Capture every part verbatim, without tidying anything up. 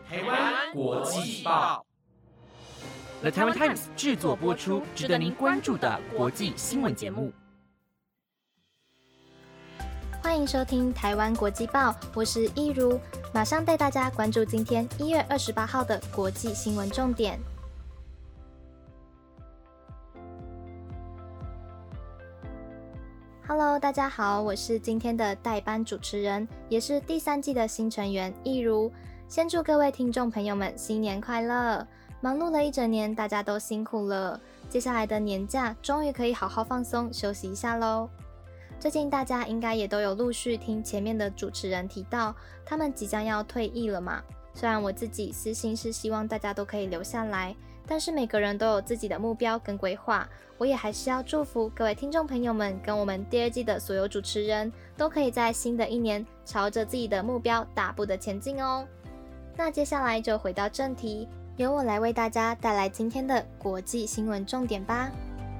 台湾国际报 The Taiwan Times 制作播出，值得您关注的国际新闻节目。 欢迎收听台湾国际报，我是一如，马上带大家关注今天一月二十八号的国际新闻重点。Hello， 大家好，我是今天的代班主持人，也是第三季的新成员一如。先祝各位听众朋友们新年快乐！忙碌了一整年，大家都辛苦了。接下来的年假，终于可以好好放松休息一下咯。最近大家应该也都有陆续听前面的主持人提到，他们即将要退役了嘛。虽然我自己私心是希望大家都可以留下来，但是每个人都有自己的目标跟规划，我也还是要祝福各位听众朋友们跟我们第二季的所有主持人都可以在新的一年朝着自己的目标大步的前进哦。那接下来就回到正题，由我来为大家带来今天的国际新闻重点吧。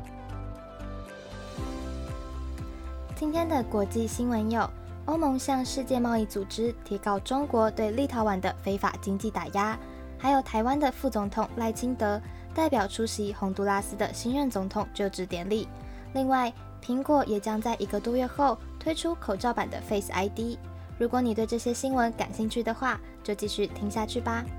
今天的国际新闻有：欧盟向世界贸易组织提告中国对立陶宛的非法经济打压，还有台湾的副总统赖清德代表出席洪都拉斯的新任总统就职典礼。另外，苹果也将在一个多月后推出口罩版的 Face I D。如果你对这些新闻感兴趣的话，就继续听下去吧。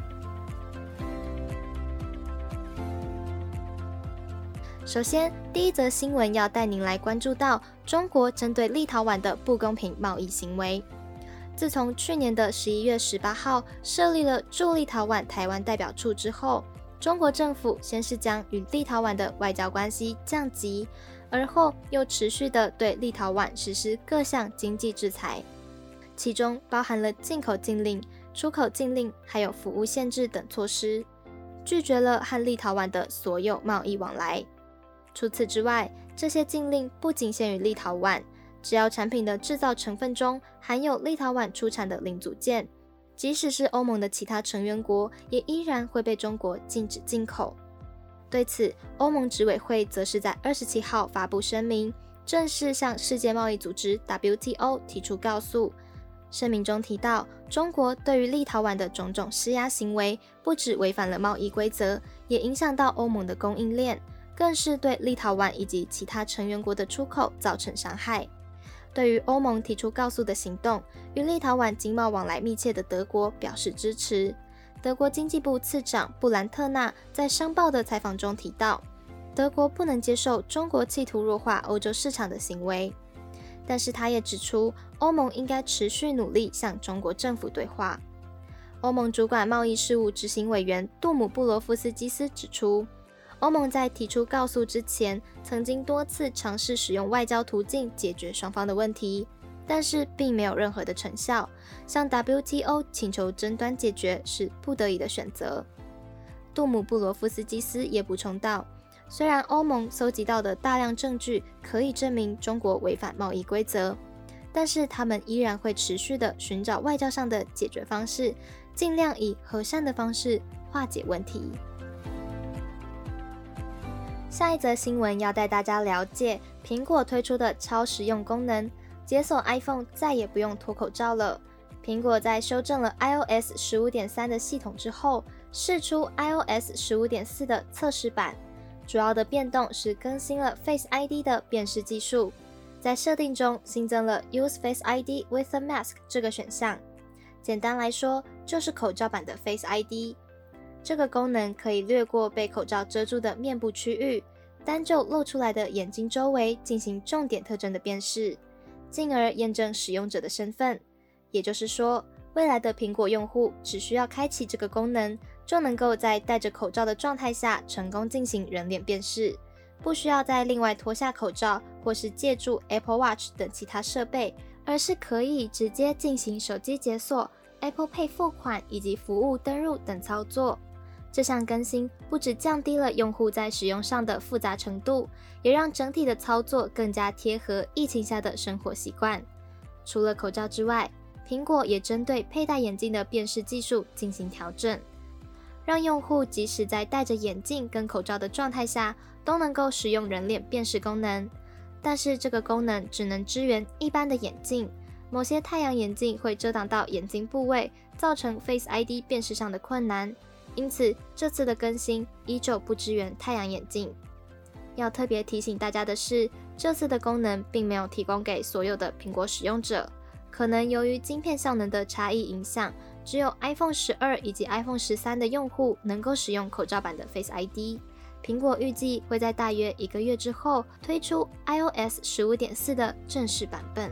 首先，第一则新闻要带您来关注到中国针对立陶宛的不公平贸易行为。自从去年的十一月十八号设立了驻立陶宛台湾代表处之后，中国政府先是将与立陶宛的外交关系降级，而后又持续的对立陶宛实施各项经济制裁，其中包含了进口禁令、出口禁令，还有服务限制等措施，拒绝了和立陶宛的所有贸易往来。除此之外，这些禁令不仅限于立陶宛，只要产品的制造成分中含有立陶宛出产的零组件，即使是欧盟的其他成员国，也依然会被中国禁止进口。对此，欧盟执委会则是在二十七号发布声明，正式向世界贸易组织 W T O 提出告诉。声明中提到，中国对于立陶宛的种种施压行为，不只违反了贸易规则，也影响到欧盟的供应链，更是对立陶宛以及其他成员国的出口造成伤害。对于欧盟提出告诉的行动，与立陶宛经贸往来密切的德国表示支持。德国经济部次长布兰特纳在商报的采访中提到，德国不能接受中国企图弱化欧洲市场的行为，但是他也指出，欧盟应该持续努力向中国政府对话。欧盟主管贸易事务执行委员杜姆布罗夫斯基斯指出，欧盟在提出告诉之前，曾经多次尝试使用外交途径解决双方的问题，但是并没有任何的成效。向 W T O 请求争端解决是不得已的选择。杜姆布罗夫斯基斯也补充道，虽然欧盟搜集到的大量证据可以证明中国违反贸易规则，但是他们依然会持续的寻找外交上的解决方式，尽量以和善的方式化解问题。下一则新闻要带大家了解苹果推出的超实用功能，解锁 iPhone 再也不用脱口罩了。苹果在修正了 i O S 十五点三 的系统之后，释出 i O S 十五点四 的测试版，主要的变动是更新了 Face I D 的辨识技术，在设定中新增了 Use Face I D with a Mask 这个选项，简单来说就是口罩版的 Face I D。这个功能可以略过被口罩遮住的面部区域，单就露出来的眼睛周围进行重点特征的辨识，进而验证使用者的身份。也就是说，未来的苹果用户只需要开启这个功能，就能够在戴着口罩的状态下成功进行人脸辨识，不需要再另外脱下口罩或是借助 Apple Watch 等其他设备，而是可以直接进行手机解锁、Apple Pay 付款以及服务登入等操作。这项更新不只降低了用户在使用上的复杂程度，也让整体的操作更加贴合疫情下的生活习惯。除了口罩之外，苹果也针对佩戴眼镜的辨识技术进行调整，让用户即使在戴着眼镜跟口罩的状态下，都能够使用人脸辨识功能。但是这个功能只能支援一般的眼镜，某些太阳眼镜会遮挡到眼睛部位， 造成 Face I D 辨识上的困难，因此这次的更新依旧不支援太阳眼镜。要特别提醒大家的是，这次的功能并没有提供给所有的苹果使用者，可能由于晶片效能的差异影响，只有 iPhone 十二以及 iPhone 十三的用户能够使用口罩版的 Face I D。苹果预计会在大约一个月之后推出 iOS 十五点四 的正式版本。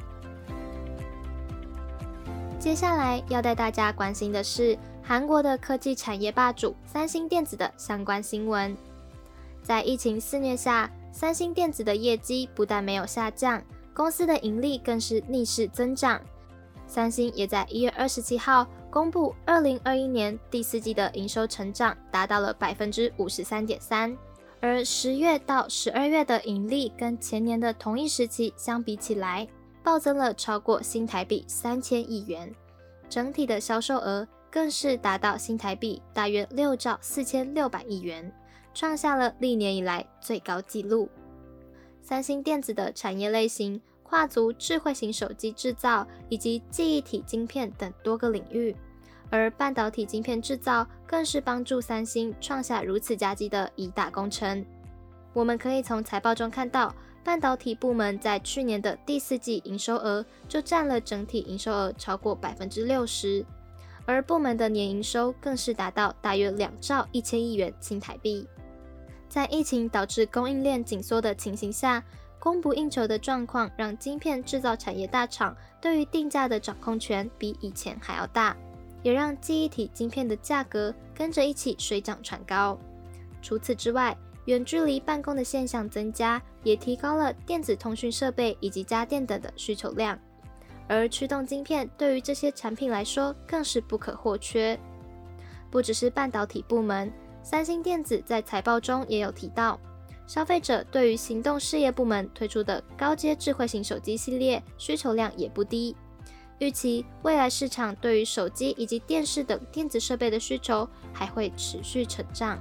接下来要带大家关心的是韩国的科技产业霸主三星电子的相关新闻。在疫情肆虐下，三星电子的业绩不但没有下降，公司的盈利更是逆势增长。三星也在一月二十七号公布二零二一年第四季的营收成长达到了 百分之五十三点三， 而十月到十二月的盈利跟前年的同一时期相比起来，暴增了超过新台币三千亿元，整体的销售额更是达到新台币大约六兆四千六百亿元，创下了历年以来最高纪录。三星电子的产业类型跨足智慧型手机制造以及记忆体晶片等多个领域，而半导体晶片制造更是帮助三星创下如此佳绩的一大功臣。我们可以从财报中看到，半导体部门在去年的第四季营收额就占了整体营收额超过 百分之六十， 而部门的年营收更是达到大约两兆一千亿元新台币。在疫情导致供应链紧缩的情形下，供不应求的状况让晶片制造产业大厂对于定价的掌控权比以前还要大，也让记忆体晶片的价格跟着一起水涨船高。除此之外，远距离办公的现象增加，也提高了电子通讯设备以及家电等的需求量，而驱动晶片对于这些产品来说更是不可或缺。不只是半导体部门，三星电子在财报中也有提到，消费者对于行动事业部门推出的高阶智慧型手机系列需求量也不低，预期未来市场对于手机以及电视等电子设备的需求还会持续成长。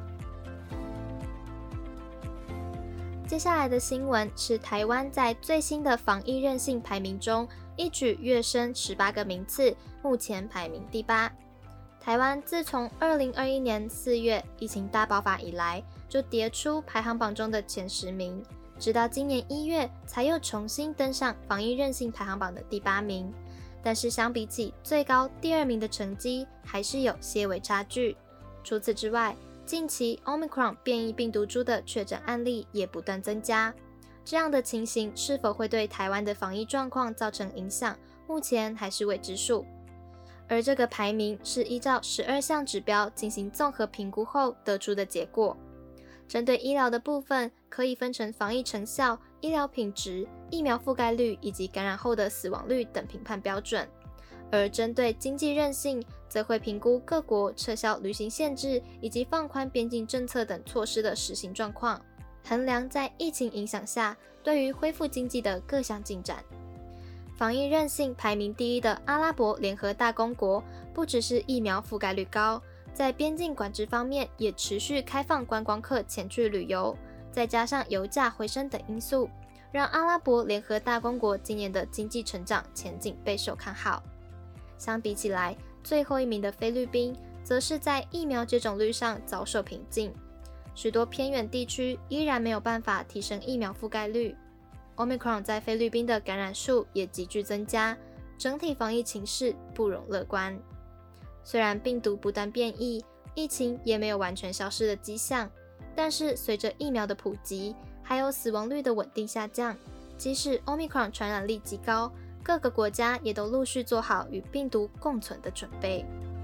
接下来的新闻是台湾在最新的防疫韧性排名中一举跃升十八个名次，目前排名第八。台湾自从二零二一年四月疫情大爆发以来，就跌出排行榜中的前十名，直到今年一月才又重新登上防疫韧性排行榜的第八名。但是相比起最高第二名的成绩，还是有些微差距。除此之外，近期 Omicron 变异病毒株的确诊案例也不断增加，这样的情形是否会对台湾的防疫状况造成影响，目前还是未知数。而这个排名是依照十二项指标进行综合评估后得出的结果。针对医疗的部分，可以分成防疫成效、医疗品质、疫苗覆盖率以及感染后的死亡率等评判标准。而针对经济韧性，则会评估各国撤销旅行限制以及放宽边境政策等措施的实行状况，衡量在疫情影响下对于恢复经济的各项进展。防疫韧性排名第一的阿拉伯联合大公国，不只是疫苗覆盖率高，在边境管制方面也持续开放观光客前去旅游，再加上油价回升等因素，让阿拉伯联合大公国今年的经济成长前景备受看好。相比起来，最后一名的菲律宾则是在疫苗接种率上遭受瓶颈，许多偏远地区依然没有办法提升疫苗覆盖率。Omicron 在菲律宾的感染数也急剧增加，整体防疫情势不容乐观。虽然病毒不断变异，疫情也没有完全消失的迹象，但是随着疫苗的普及，还有死亡率的稳定下降，即使 Omicron 传染力极高，各个国家也都陆续做好与病毒共存的准备。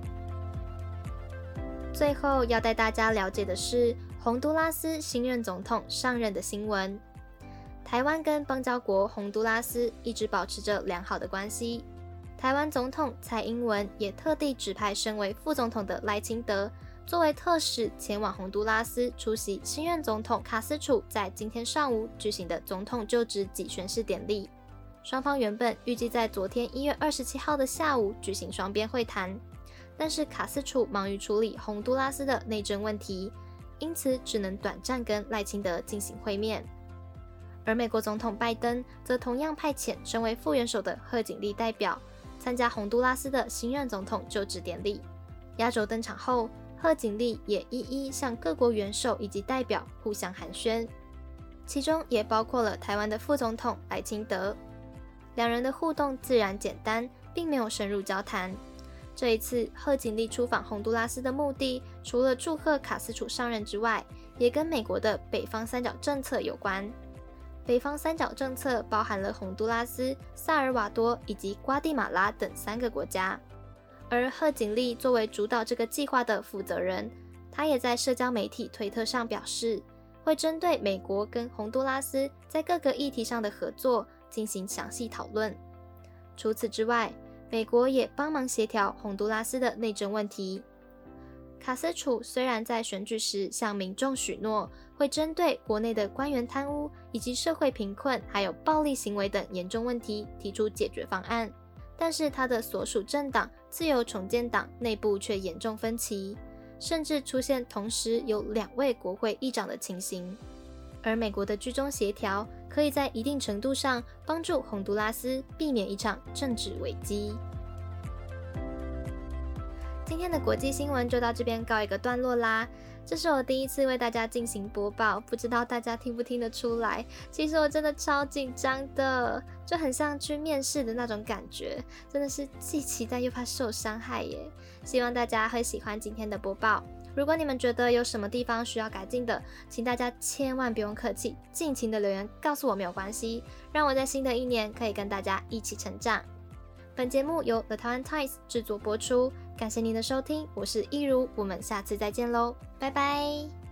最后要带大家了解的是洪都拉斯新任总统上任的新闻。台湾跟邦交国洪都拉斯一直保持着良好的关系，台湾总统蔡英文也特地指派身为副总统的赖清德作为特使前往洪都拉斯出席新任总统卡斯楚在今天上午举行的总统就职及宣誓典礼。双方原本预计在昨天一月二十七号的下午举行双边会谈，但是卡斯楚忙于处理洪都拉斯的内政问题，因此只能短暂跟赖清德进行会面。而美国总统拜登则同样派遣身为副元首的贺锦丽代表， 参加洪都拉斯的新任总统就职典礼。压轴登场后，贺锦丽也一一向各国元首以及代表互相寒暄，其中也包括了台湾的副总统赖清德。两人的互动自然简单，并没有深入交谈。这一次贺锦丽出访洪都拉斯的目的，除了祝贺卡斯楚上任之外，也跟美国的北方三角政策有关。北方三角政策包含了洪都拉斯、萨尔瓦多以及瓜地马拉等三个国家。而贺锦丽作为主导这个计划的负责人，他也在社交媒体推特上表示，会针对美国跟洪都拉斯在各个议题上的合作进行详细讨论。除此之外，美国也帮忙协调洪都拉斯的内政问题。卡斯楚虽然在选举时向民众许诺会针对国内的官员贪污以及社会贫困还有暴力行为等严重问题提出解决方案，但是他的所属政党自由重建党内部却严重分歧，甚至出现同时有两位国会议长的情形。而美国的居中协调可以在一定程度上帮助洪都拉斯避免一场政治危机。今天的国际新闻就到这边告一个段落啦。这是我第一次为大家进行播报，不知道大家听不听得出来，其实我真的超紧张的，就很像去面试的那种感觉，真的是既期待又怕受伤害耶。希望大家会喜欢今天的播报。如果你们觉得有什么地方需要改进的，请大家千万不用客气，尽情的留言告诉我没有关系，让我在新的一年可以跟大家一起成长。本节目由 The Taiwan Times 制作播出，感谢您的收听，我是一如，我们下次再见喽，拜拜。